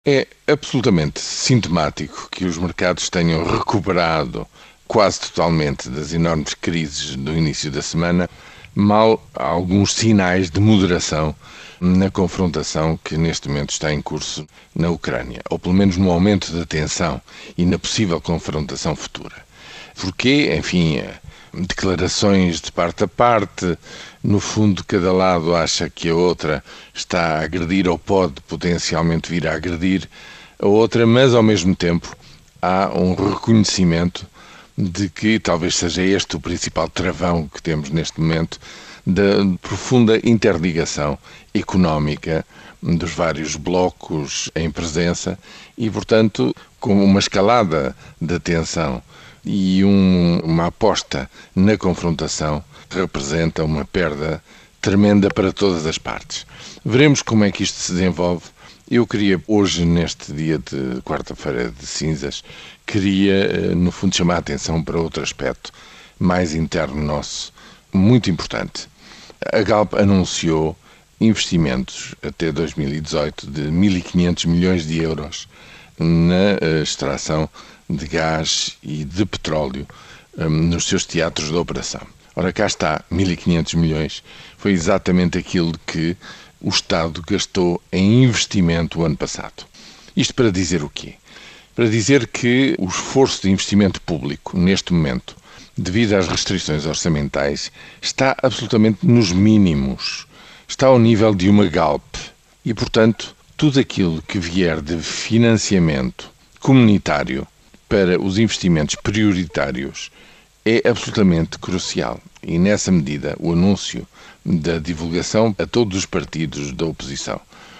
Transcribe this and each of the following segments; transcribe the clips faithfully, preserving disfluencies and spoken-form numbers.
É absolutamente sintomático que os mercados tenham recuperado quase totalmente das enormes crises do início da semana, mal há alguns sinais de moderação na confrontação que neste momento está em curso na Ucrânia, ou pelo menos no aumento da tensão e na possível confrontação futura. Porquê? Enfim, declarações de parte a parte, no fundo cada lado acha que a outra está a agredir ou pode potencialmente vir a agredir a outra, mas ao mesmo tempo há um reconhecimento de que talvez seja este o principal travão que temos neste momento da profunda interligação económica dos vários blocos em presença e, portanto, com uma escalada da tensão e um, uma aposta na confrontação representa uma perda tremenda para todas as partes. Veremos como é que isto se desenvolve. Eu queria, hoje, neste dia de quarta-feira de cinzas, queria, no fundo, chamar a atenção para outro aspecto mais interno nosso, muito importante. A Galp anunciou investimentos até dois mil e dezoito de mil e quinhentos milhões de euros na extração de gás e de petróleo um, nos seus teatros de operação. Ora, cá está, mil e quinhentos milhões, foi exatamente aquilo que o Estado gastou em investimento o ano passado. Isto para dizer o quê? Para dizer que o esforço de investimento público, neste momento, devido às restrições orçamentais, está absolutamente nos mínimos. Está ao nível de uma Galp. E, portanto, tudo aquilo que vier de financiamento comunitário para os investimentos prioritários é absolutamente crucial. E, nessa medida, o anúncio da divulgação a todos os partidos da oposição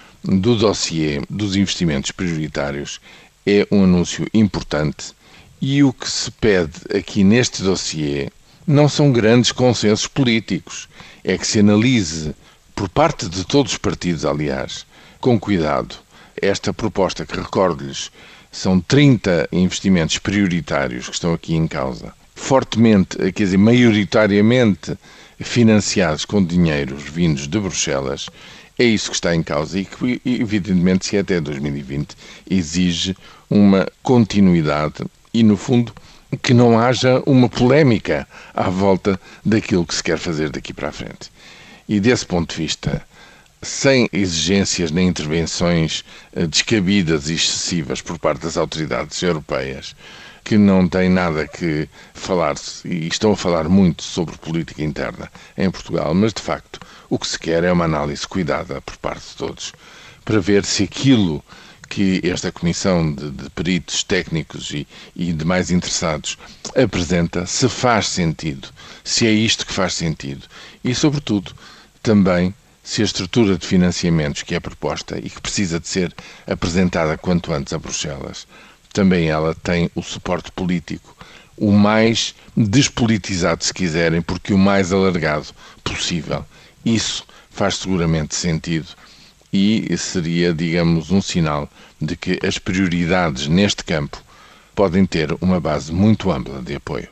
do dossiê dos investimentos prioritários é um anúncio importante e o que se pede aqui neste dossiê não são grandes consensos políticos, é que se analise por parte de todos os partidos, aliás, com cuidado, esta proposta que, recordo-lhes, são trinta investimentos prioritários que estão aqui em causa, fortemente, quer dizer, maioritariamente financiados com dinheiros vindos de Bruxelas, é isso que está em causa e que, evidentemente, se até dois mil e vinte exige uma continuidade e, no fundo, que não haja uma polémica à volta daquilo que se quer fazer daqui para a frente. E, desse ponto de vista, sem exigências nem intervenções descabidas e excessivas por parte das autoridades europeias, que não têm nada que falar e estão a falar muito sobre política interna em Portugal, mas de facto o que se quer é uma análise cuidada por parte de todos para ver se aquilo que esta comissão de, de peritos técnicos e, e demais interessados apresenta se faz sentido, se é isto que faz sentido e, sobretudo, também se a estrutura de financiamentos que é proposta e que precisa de ser apresentada quanto antes a Bruxelas, também ela tem o suporte político, o mais despolitizado, se quiserem, porque o mais alargado possível. Isso faz seguramente sentido e seria, digamos, um sinal de que as prioridades neste campo podem ter uma base muito ampla de apoio.